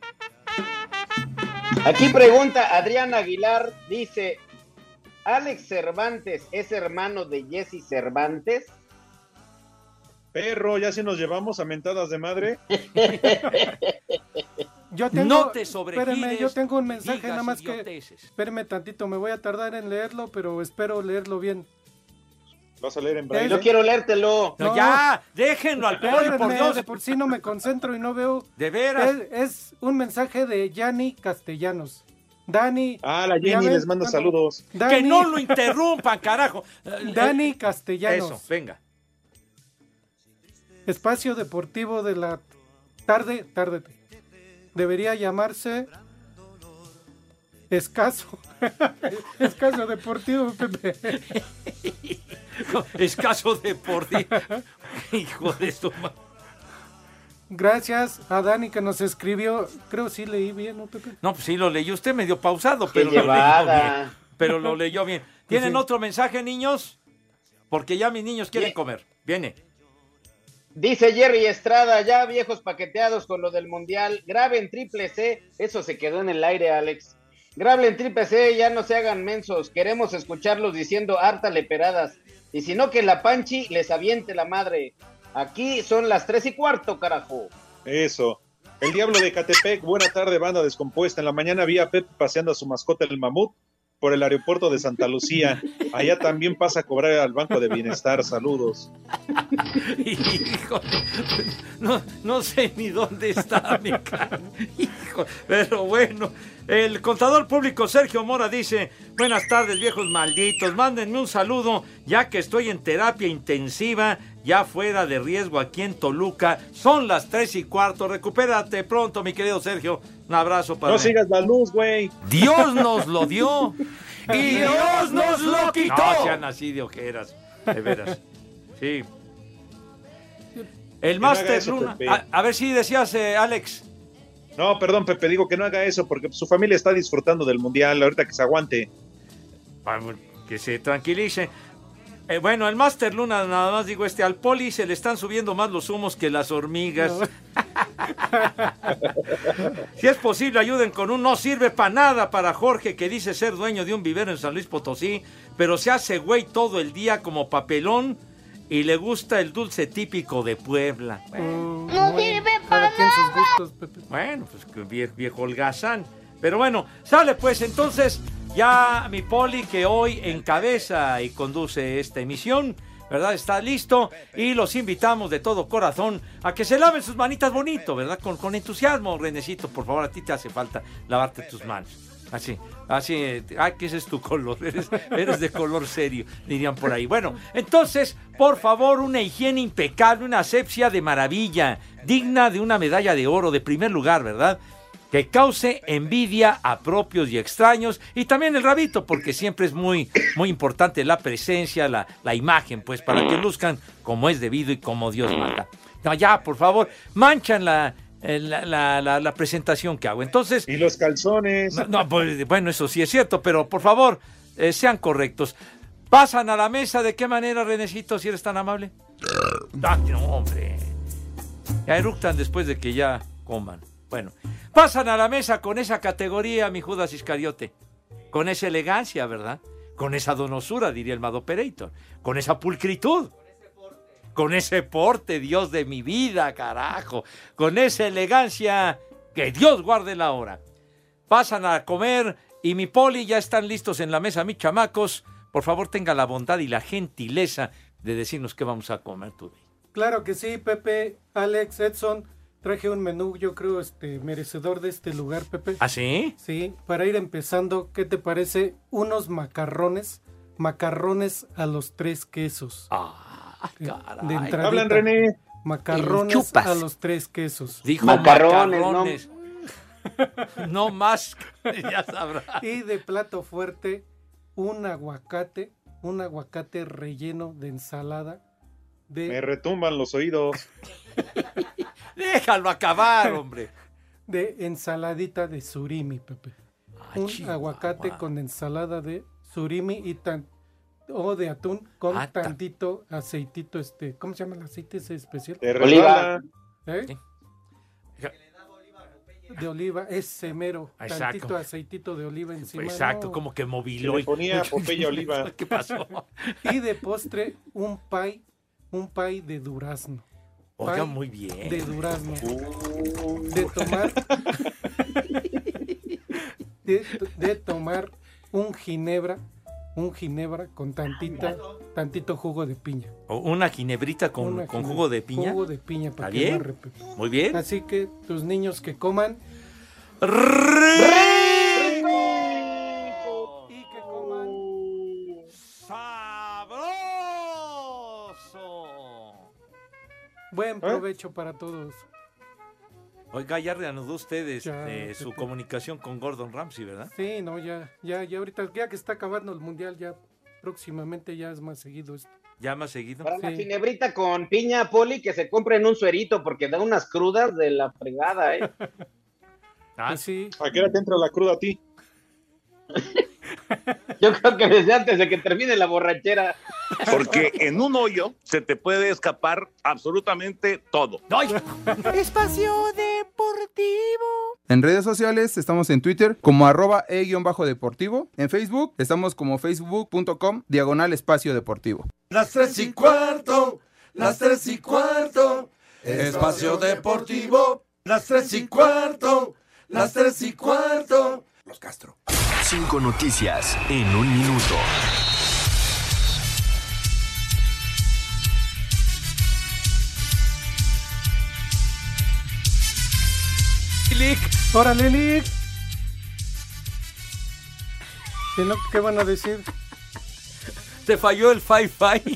Aquí pregunta Adrián Aguilar, dice, ¿Alex Cervantes es hermano de Jesse Cervantes? Perro, ya si nos llevamos a mentadas de madre. Yo tengo, No te sobregires, espérame, yo tengo un mensaje digas nada más que, idioteces. espérame tantito, me voy a tardar en leerlo, pero espero leerlo bien. ¿Vas a leer en Eh, braille? Yo quiero leértelo. No, No. ya, déjenlo al poli, por Espérenme, Dios. de por sí no me concentro y no veo. De veras. Es, es un mensaje de Yanni Castellanos. Dani. Ah, la ya Jenny ven, les manda bueno, saludos. Dani, Que no lo interrumpan, carajo. Dani Castellanos. Eso, venga. Espacio Deportivo de la tarde, tarde. Debería llamarse Escaso. Escaso Deportivo, Pepe. Escaso deportivo. Hijo de esto. Gracias a Dani que nos escribió. Creo sí leí bien, ¿no, Pepe? No, pues sí lo leyó usted medio pausado, Qué pero lo leyó llevada. bien. Pero lo leyó bien. ¿Tienen Sí. otro mensaje, niños? Porque ya mis niños quieren Bien. comer. Viene. Dice Jerry Estrada, ya viejos paqueteados con lo del mundial, graben triple C, eso se quedó en el aire, Alex. Graben triple C, ya no se hagan mensos, queremos escucharlos diciendo harta leperadas, y si no que la Panchi les aviente la madre. Aquí son las tres y cuarto, carajo. Eso. El Diablo de Catepec, buena tarde, banda descompuesta. En la mañana vi a Pepe paseando a su mascota, el mamut, por el aeropuerto de Santa Lucía. Allá también pasa a cobrar al Banco de Bienestar. Saludos. Hijo, no, no sé ni dónde está mi cara. Hijo, pero bueno. El contador público Sergio Mora dice, buenas tardes viejos malditos, mándenme un saludo ya que estoy en terapia intensiva, ya fuera de riesgo aquí en Toluca, son las tres y cuarto, recupérate pronto mi querido Sergio, un abrazo para No mí. sigas la luz, güey. Dios nos lo dio y Dios nos lo quitó. No sean así de ojeras, de veras. Sí. El no haga Master eso, Luna. Pepe. A, a ver si decías, eh, Alex. No, perdón, Pepe, digo que no haga eso porque su familia está disfrutando del mundial. Ahorita que se aguante. Que se tranquilice. Eh, bueno, el Master Luna, nada más digo este, al Poli se le están subiendo más los humos que las hormigas. No. Si es posible, ayuden con un no sirve para nada para Jorge, que dice ser dueño de un vivero en San Luis Potosí, pero se hace güey todo el día como papelón y le gusta el dulce típico de Puebla. Bueno, No sirve para nada. Gustos, Pepe. bueno pues que vie- viejo holgazán. Pero bueno, sale pues entonces ya mi Poli, que hoy encabeza y conduce esta emisión, ¿verdad? Está listo y los invitamos de todo corazón a que se laven sus manitas bonito, ¿verdad? Con, con entusiasmo, Renecito, por favor, a ti te hace falta lavarte tus manos. Así, así, eh, ah, que ese es tu color, eres, eres de color serio, dirían por ahí. Bueno, entonces, por favor, una higiene impecable, una asepsia de maravilla, digna de una medalla de oro de primer lugar, ¿verdad? Que cause envidia a propios y extraños, y también el rabito, porque siempre es muy, muy importante la presencia, la, la imagen, pues, para que luzcan como es debido y como Dios manda. No, ya, por favor, manchan la... La, la, la, la presentación que hago. Entonces, y los calzones. No, no, pues, bueno, eso sí es cierto, pero por favor, eh, sean correctos. Pasan a la mesa, ¿de qué manera, Renecito, si eres tan amable? Ah, no, hombre. Ya eructan después de que ya coman. Bueno, pasan a la mesa con esa categoría, mi Judas Iscariote. Con esa elegancia, ¿verdad? Con esa donosura, diría el Mad Operator. Con esa pulcritud. Con ese porte, Dios de mi vida, carajo. Con esa elegancia, que Dios guarde la hora. Pasan a comer y mi Poli, ya están listos en la mesa, mis chamacos. Por favor, tenga la bondad y la gentileza de decirnos qué vamos a comer tú. Claro que sí, Pepe, Alex, Edson. Traje un menú, yo creo, este, merecedor de este lugar, Pepe. ¿Ah, sí? Sí, para ir empezando, ¿qué te parece? Unos macarrones, macarrones a los tres quesos. Ah. Caray. De entradita. Hablan, René. Macarrones a los tres quesos. Dijo Macarrones, macarrones. No, no más, ya sabrá. Y de plato fuerte, un aguacate, un aguacate relleno de ensalada. De... Me retumban los oídos. Déjalo acabar, hombre. De ensaladita de surimi, Pepe. Ay, un chihuahua. aguacate con ensalada de surimi y tan o de atún con Ah, ta- tantito aceitito, este, ¿cómo se llama el aceite ese especial? De Oliva. ¿Eh? Sí. De oliva, ese mero, Exacto. tantito aceitito de oliva encima. Exacto, no. como que Se moviló. le ponía Popeye Oliva. ¿Qué pasó? Y de postre, un pie, un pie de durazno. Oiga, Pie muy bien. De durazno. De tomar. de, de tomar un ginebra, un ginebra con tantita, tantito jugo de piña. O una ginebrita con, Una con gine- jugo de piña. Jugo de piña para ¿Está que bien? amarre, Pepe. Muy bien. Así que tus niños que coman ¡Rico! y que coman ¡Sabroso! buen provecho para todos. Oiga, ya reanudó usted Ya, este, su Pepe. comunicación con Gordon Ramsay, ¿verdad? Sí, no, ya, ya, ya ahorita, ya que está acabando el mundial, ya próximamente ya es más seguido esto. ¿Ya más seguido? Para la Sí. ginebrita con piña, Poli, que se compren un suerito porque da unas crudas de la fregada, ¿eh? Ah, Pues sí, ¿A qué hora te entra la cruda a ti? Yo creo que desde antes de que termine la borrachera. Porque en un hoyo se te puede escapar absolutamente todo. ¡Ay! Espacio Deportivo. En redes sociales estamos en Twitter como arroba e-deportivo. En Facebook estamos como facebook.com diagonal espacio deportivo. Las tres y cuarto, las tres y cuarto, espacio deportivo. Las tres y cuarto, las tres y cuarto. Los Castro. Cinco noticias en un minuto. Lick, órale, Lick. Si no, ¿qué van a decir? Te falló el Fi-Fi.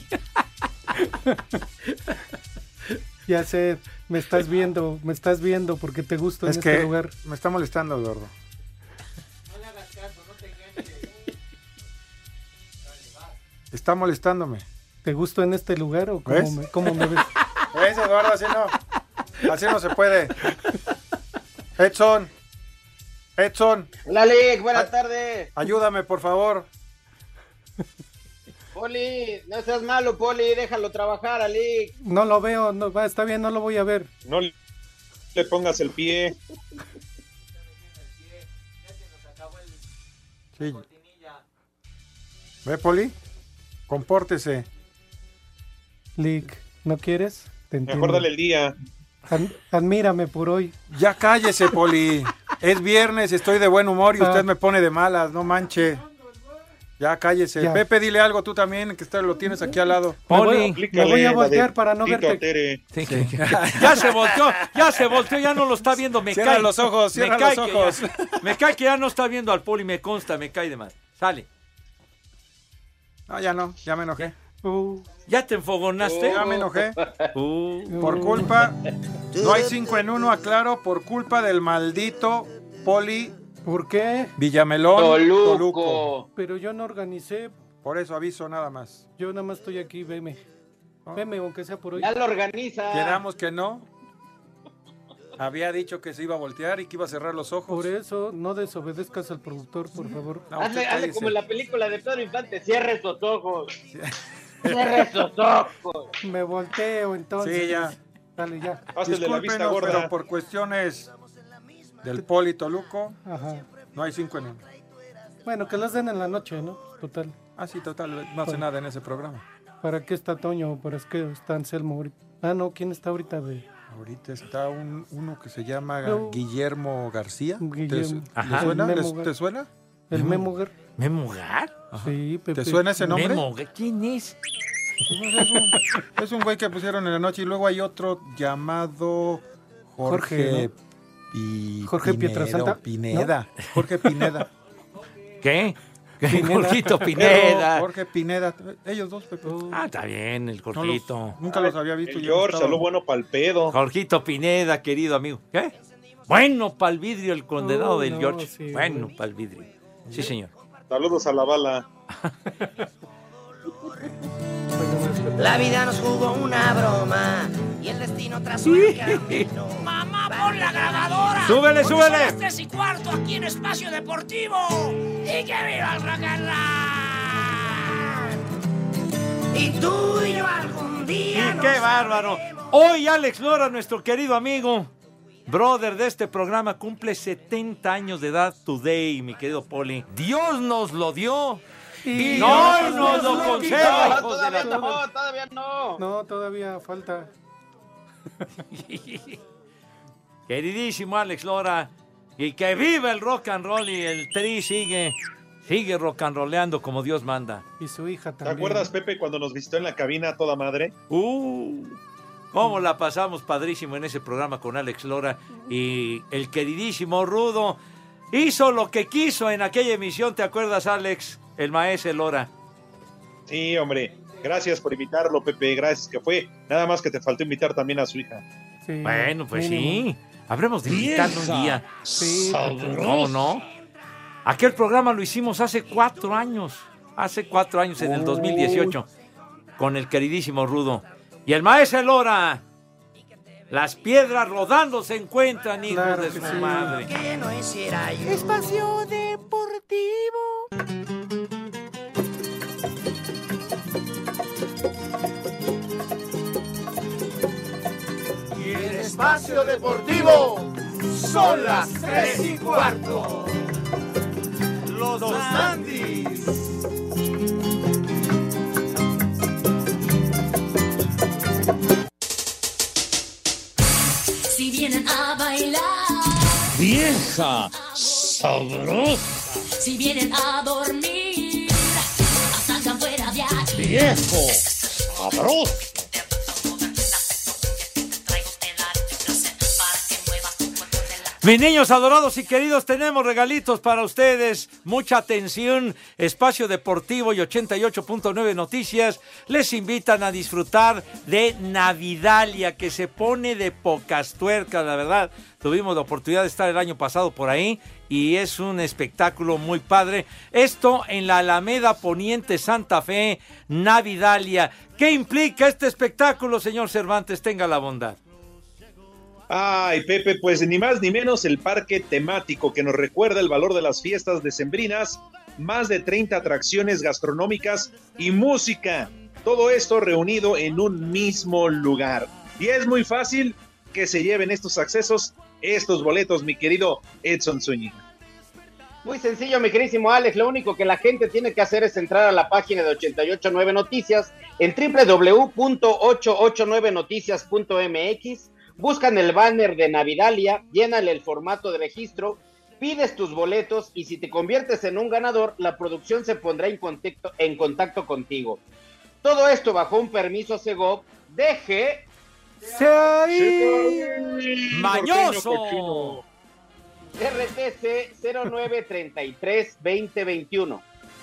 Ya sé, me estás viendo, me estás viendo porque te gusto Es en que este lugar. me está molestando, gordo. Está molestándome. ¿Te gusto en este lugar o cómo, ¿Ves? me, cómo me ves? ¿Ves, Eduardo? Así no. Así no se puede. Edson. Edson. Hola, Lick, buenas tardes. Ayúdame, por favor. Poli, no seas malo, Poli, déjalo trabajar a Lick. No lo veo, no, va, está bien, no lo voy a ver. No, le pongas el pie. Sí. ¿Ve, Poli? Compórtese. Lick, ¿no quieres? Te entiendo. Mejor dale el día. Ad- admírame por hoy. Ya cállese, Poli. Es viernes, estoy de buen humor y Ah. usted me pone de malas, no manche. Ya cállese. Ya. Pepe, dile algo tú también, que está, lo tienes aquí al lado. Me voy, me Aplícale voy a la de voltear para no Tito verte. Tere. Sí, que- que- ya se volteó, ya se volteó, ya no lo está viendo, me Cierra cae. los ojos, me cierra cae los que ojos. ya- me cae que ya no está viendo al Poli, me consta, me cae de mal. Sale. No, ya no, ya me enojé. Uh, ¿Ya te enfogonaste? Ya me enojé. Uh, Por culpa, no hay cinco en uno, aclaro, por culpa del maldito Poli ¿Por qué? Villamelón Toluco. Toluco. Pero yo no organicé. Por eso aviso nada más. Yo nada más estoy aquí, veme. Veme, aunque sea por hoy. Ya lo organiza. Quedamos que no. Había dicho que se iba a voltear y que iba a cerrar los ojos. Por eso, no desobedezcas al productor, por favor. No, usted Hazle, hazle cállese. como en la película de Pedro Infante, cierre esos ojos. Cierre esos ojos. Me volteo entonces. Sí, ya. Dale, ya. Hazle de la vista Discúlpenos, gorda. pero por cuestiones del Poli Toluco, Ajá. no hay cinco en uno. Bueno, que las den en la noche, ¿no? Total. Ah, sí, total, no hace nada en ese programa. ¿Para qué está Toño? ¿Para qué está Anselmo ahorita? Ah, no, ¿quién está ahorita de...? Ahorita está un, uno que se llama No. Guillermo García. ¿Te, Guillermo. ¿le Ajá. suena? El ¿Les- Memo Gar- ¿Te suena? ¿El Memogar? ¿Memogar? Sí, Pepe. ¿Te suena ese nombre? ¿Memogar? ¿Quién es? Es un, es un güey que pusieron en la noche y luego hay otro llamado Jorge, Jorge, Pi- Jorge Pinedo, Pietrasanta, Pineda. Jorge Pineda. ¿Qué? Pineda. Jorgito Pineda. Jorge Pineda. Ellos dos, Pepe. Ah, está bien, el No los- Jorgito. nunca los había visto. El yo no George, estaba- salud bueno pa'l pedo. Jorgito Pineda, querido amigo. ¿Qué? Bueno, pa'l vidrio el condenado Oh, del no, George. sí, bueno, güey. pa'l vidrio. Sí, señor. Saludos a la bala. La vida nos jugó una broma y el destino trazó el camino. ¡Mamá, pon la grabadora! ¡Súbele, Porque súbele! Son las tres y cuarto aquí en Espacio Deportivo. ¡Y que viva el rock and roll! Y tú y yo algún día Y nos qué bárbaro. Hoy Alex Lora, nuestro querido amigo, brother de este programa, cumple setenta años de edad today, mi querido Poli. Dios nos lo dio. Y no nos lo conserva, No, hijos de todavía la... no, todavía no. No, todavía falta. Queridísimo Alex Lora, y que viva el rock and roll, y el Tri sigue, sigue rock and rolleando como Dios manda. Y su hija ¿Te también. acuerdas, Pepe, cuando nos visitó en la cabina a toda madre? Uh, cómo la pasamos padrísimo en ese programa con Alex Lora, y el queridísimo Rudo hizo lo que quiso en aquella emisión, ¿te acuerdas, Alex? El maestro Lora. Sí, hombre. Gracias por invitarlo, Pepe. Gracias, que fue. Nada más que te faltó invitar también a su hija. Sí, Bueno, pues mínimo. sí. Habremos de invitarlo un día. Sí, ¿Cómo no? Aquel programa lo hicimos hace cuatro años. Hace cuatro años, en el dos mil dieciocho. Con el queridísimo Rudo. Y el maestro Lora. Las piedras rodando se encuentran, hijos Claro de que su sí. madre. que no hiciera yo. Espacio Deportivo. Y en Espacio Deportivo son las tres y cuarto. Los Andis. Si vienen a bailar, Vieja sabrosa. si vienen a dormir, salgan fuera de aquí. Viejo sabroso. Mis niños adorados y queridos, tenemos regalitos para ustedes. Mucha atención. Espacio Deportivo y ochenta y ocho punto nueve Noticias les invitan a disfrutar de Navidalia, que se pone de pocas tuercas, la verdad. Tuvimos la oportunidad de estar el año pasado por ahí y es un espectáculo muy padre. Esto en la Alameda Poniente Santa Fe, Navidalia. ¿Qué implica este espectáculo, señor Cervantes? Tenga la bondad. Ay, Pepe, pues ni más ni menos el parque temático que nos recuerda el valor de las fiestas decembrinas, más de treinta atracciones gastronómicas y música. Todo esto reunido en un mismo lugar. Y es muy fácil, que se lleven estos accesos, estos boletos, mi querido Edson Zúñiga. Muy sencillo, mi queridísimo Alex, lo único que la gente tiene que hacer es entrar a la página de ochenta y ocho nueve Noticias en doble u doble u doble u punto ochocientos ochenta y nueve noticias punto eme equis, buscan el banner de Navidalia, llénale el formato de registro, pides tus boletos y si te conviertes en un ganador, la producción se pondrá en contacto, en contacto contigo. Todo esto bajo un permiso Segov de G... ¡Mañoso! R T C cero nueve treinta y tres veinte veintiuno.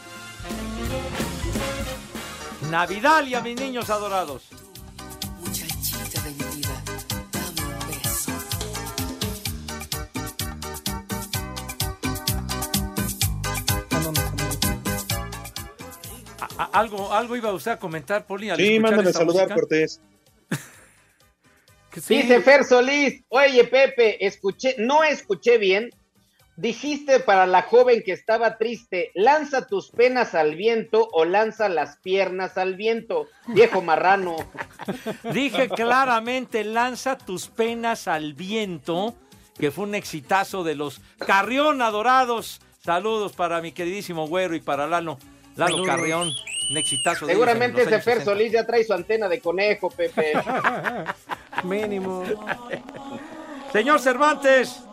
Navidalia, mis niños adorados. Muchachita de mi vida, dame un beso. A- a- algo, algo iba usted a comentar, Poli. al Sí, escuchar mándame esta saludar, música. Cortés. Sí. Dice Fer Solís, oye Pepe, escuché, no escuché bien, dijiste para la joven que estaba triste, lanza tus penas al viento o lanza las piernas al viento, viejo marrano. Dije claramente, lanza tus penas al viento, que fue un exitazo de los Carrión adorados. Saludos para mi queridísimo Güero y para Lalo, Lalo Saludos. Carrión, un exitazo. de Seguramente ellos en los ese Fer años sesenta. Solís ya trae su antena de conejo, Pepe. Mínimo. Señor Cervantes.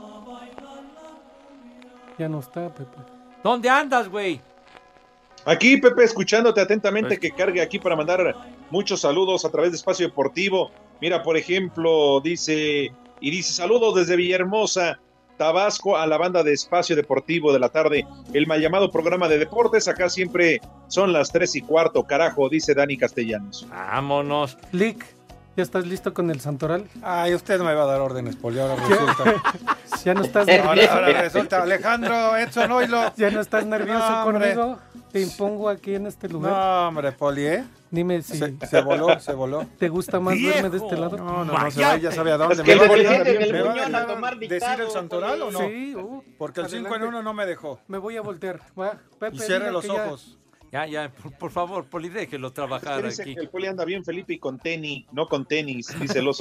Ya no está, Pepe. ¿Dónde andas, güey? Aquí, Pepe, escuchándote atentamente, que cargue aquí para mandar muchos saludos a través de Espacio Deportivo. Mira, por ejemplo, dice, y dice, saludos desde Villahermosa, Tabasco, a la banda de Espacio Deportivo de la tarde. El mal llamado programa de deportes, acá siempre son las tres y cuarto, carajo, dice Dani Castellanos. Vámonos. Lick, ¿ya estás listo con el santoral? Ay, usted no me va a dar órdenes, Poli, ahora resulta. Ya no estás Ahora, nervioso. ahora resulta, Alejandro, Edson, oílo. Ya no estás nervioso No, hombre. conmigo. Te impongo aquí en este lugar. No, hombre, Poli, ¿eh? Dime si Se, se voló, se voló. te gusta más ¡Viejo! verme de este lado. No, no, no, se va, ya sabe a dónde. Es que ¿Me va el a presidente dejar- del me va a Muñón a dejar tomar decir dictado, el santoral o no? Sí, uh, Porque el adelante. cinco en uno no me dejó. Me voy a voltear. Va, Pepe, Y cierre diga los que ya- ojos. Ya, ya, por, por favor, Poli, déjelo trabajar Dice aquí. que el Poli anda bien, Felipe, y con tenis, no con tenis, dice el oso.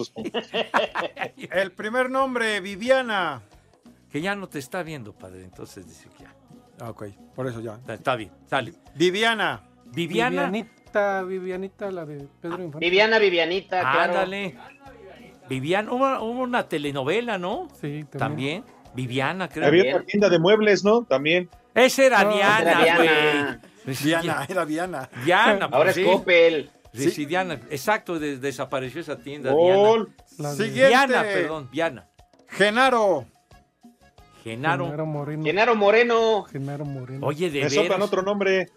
El primer nombre, Viviana. Que ya no te está viendo, padre, entonces dice que ya. Ah, ok, por eso ya. Está, está bien, sale. Viviana. Viviana. Vivianita, Vivianita, la de Pedro Infante. Viviana, Vivianita, claro. Ándale. Viviana, hubo, hubo una telenovela, ¿no? Sí, también. También. Viviana, creo. Había una tienda de muebles, ¿no? También. Esa era No, Diana, era güey. Diana. Pues, Diana, era Diana. Diana, Ahora pues, es sí. Coppel. Sí, sí, Diana. Exacto, de- desapareció esa tienda. Gol. La Sí. de Siguiente. Diana. Diana, perdón, Diana. Genaro. Genaro. Genaro Moreno. Genaro Moreno. Genaro Moreno. Oye, de Me soplan veras. otro nombre.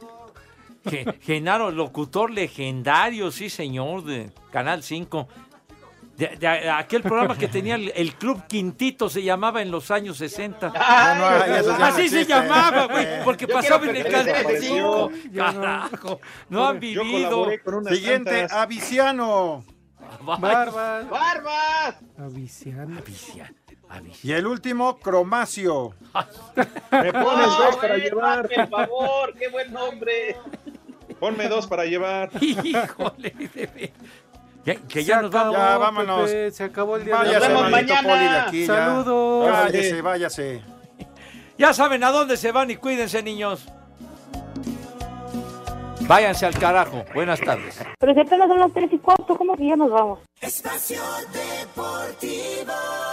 Ge- Genaro, locutor legendario, sí, señor, de Canal cinco. De, de aquel programa que tenía el, el Club Quintito, se llamaba en los años sesenta. Ah, no, ay, eso ya no Así se existe. llamaba, güey, porque Yo pasaba quiero en el pertenecer a Canal ese cinco. club. Carajo, no han Yo vivido. colaboré con unas Siguiente, tantas. Aviciano. Barbas. ¡Barbas! Aviciano. Avicia, avicia. Y el último, Cromacio. Me pones dos para Ay, llevar. Por favor, qué buen nombre. Ponme dos para llevar. Híjole, de ver- Ya- que Se ya nos acabó, vamos. Ya, vámonos. Pepe, se acabó el día de Váyase, Nos vemos hoy. maldito mañana. Poli de aquí. ya. Saludos. Váyase, váyase. Ya saben a dónde se van y cuídense, niños. Váyanse al carajo. Buenas tardes. Pero si apenas son las tres y cuarto, ¿cómo que ya nos vamos? Espacio Deportivo.